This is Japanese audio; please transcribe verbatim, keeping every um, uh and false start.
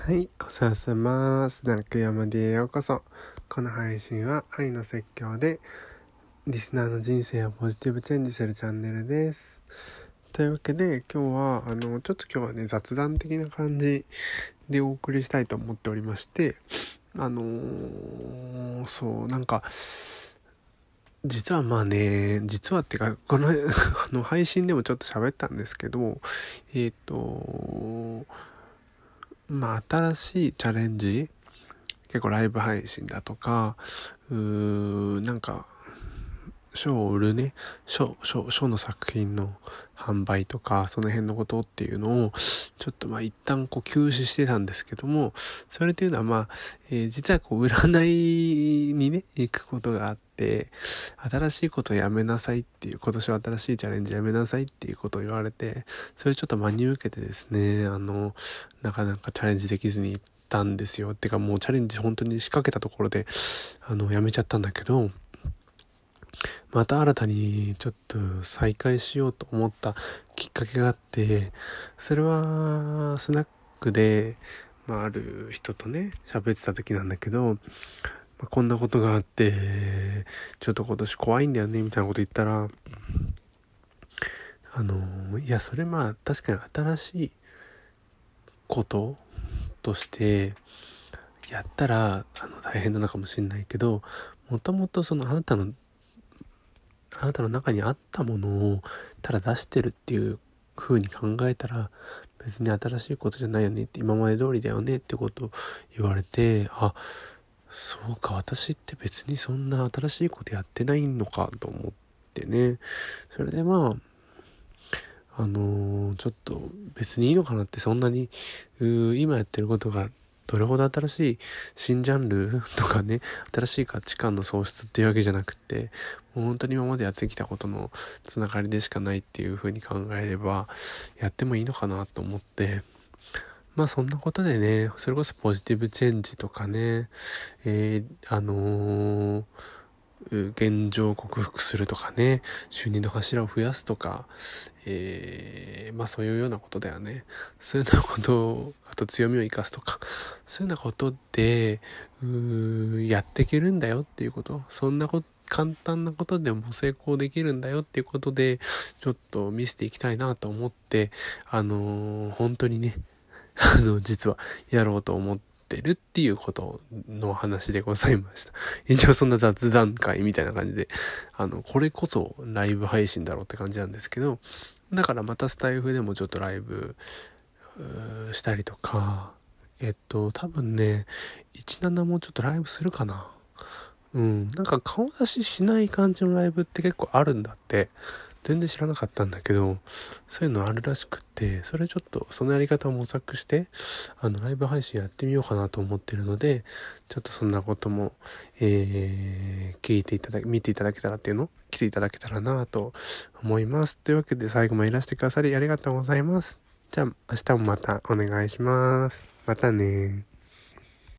はい、おささまスナック山でようこそ。この配信は愛の説教でリスナーの人生をポジティブチェンジするチャンネルです。というわけで今日はあのちょっと今日はね雑談的な感じでお送りしたいと思っておりまして、あのー、そうなんか実はまあね実はってかこのあの配信でもちょっと喋ったんですけど、えっとまあ新しいチャレンジ、結構ライブ配信だとか、うーなんか書を売るね、書書書の作品の販売とかその辺のことっていうのをちょっとまあ一旦こう休止してたんですけども、それっていうのはまあ、えー、実はこう占いにね行くことがあって、新しいことをやめなさいっていう、今年は新しいチャレンジやめなさいっていうことを言われて、それちょっと真に受けてですね、あのなかなかチャレンジできずにたんですよ。ってかもうチャレンジ本当に仕掛けたところであのやめちゃったんだけど、また新たにちょっと再開しようと思ったきっかけがあって、それはスナックで、まあ、ある人とね喋ってた時なんだけど、まあ、こんなことがあってちょっと今年怖いんだよねみたいなこと言ったら、あのいやそれまあ確かに新しいこととしてやったらあの大変なのかもしれないけど、もともとそのあなたのあなたの中にあったものをただ出してるっていう風に考えたら別に新しいことじゃないよねって、今まで通りだよねってことを言われて、あ、そうか、私って別にそんな新しいことやってないのかと思ってね。それでまああのー、ちょっと別にいいのかなって、そんなに今やってることがどれほど新しい新ジャンルとかね、新しい価値観の創出っていうわけじゃなくて、もう本当に今までやってきたことのつながりでしかないっていう風に考えればやってもいいのかなと思って、まあそんなことでね、それこそポジティブチェンジとかね、えー、あのー現状を克服するとかね、収入の柱を増やすとか、えー、まあそういうようなことだよね。そういうようなことを、あと強みを生かすとか、そういうようなことでうーやっていけるんだよっていうこと、そんなこと簡単なことでも成功できるんだよっていうことでちょっと見せていきたいなと思って、あのー、本当にねあの実はやろうと思ってるっていうことの話でございました。一応そんな雑談会みたいな感じで、あのこれこそライブ配信だろうって感じなんですけど、だからまたスタイフでもちょっとライブしたりとか、えっと多分ねじゅうななもちょっとライブするかな。うん、なんか顔出ししない感じのライブって結構あるんだって。全然知らなかったんだけど、そういうのあるらしくって、それちょっとそのやり方を模索してあのライブ配信やってみようかなと思ってるので、ちょっとそんなことも、えー、聞いていただ見ていただけたらっていうの来ていただけたらなと思います。というわけで最後までいらしてくださりありがとうございます。じゃあ明日もまたお願いします。またね。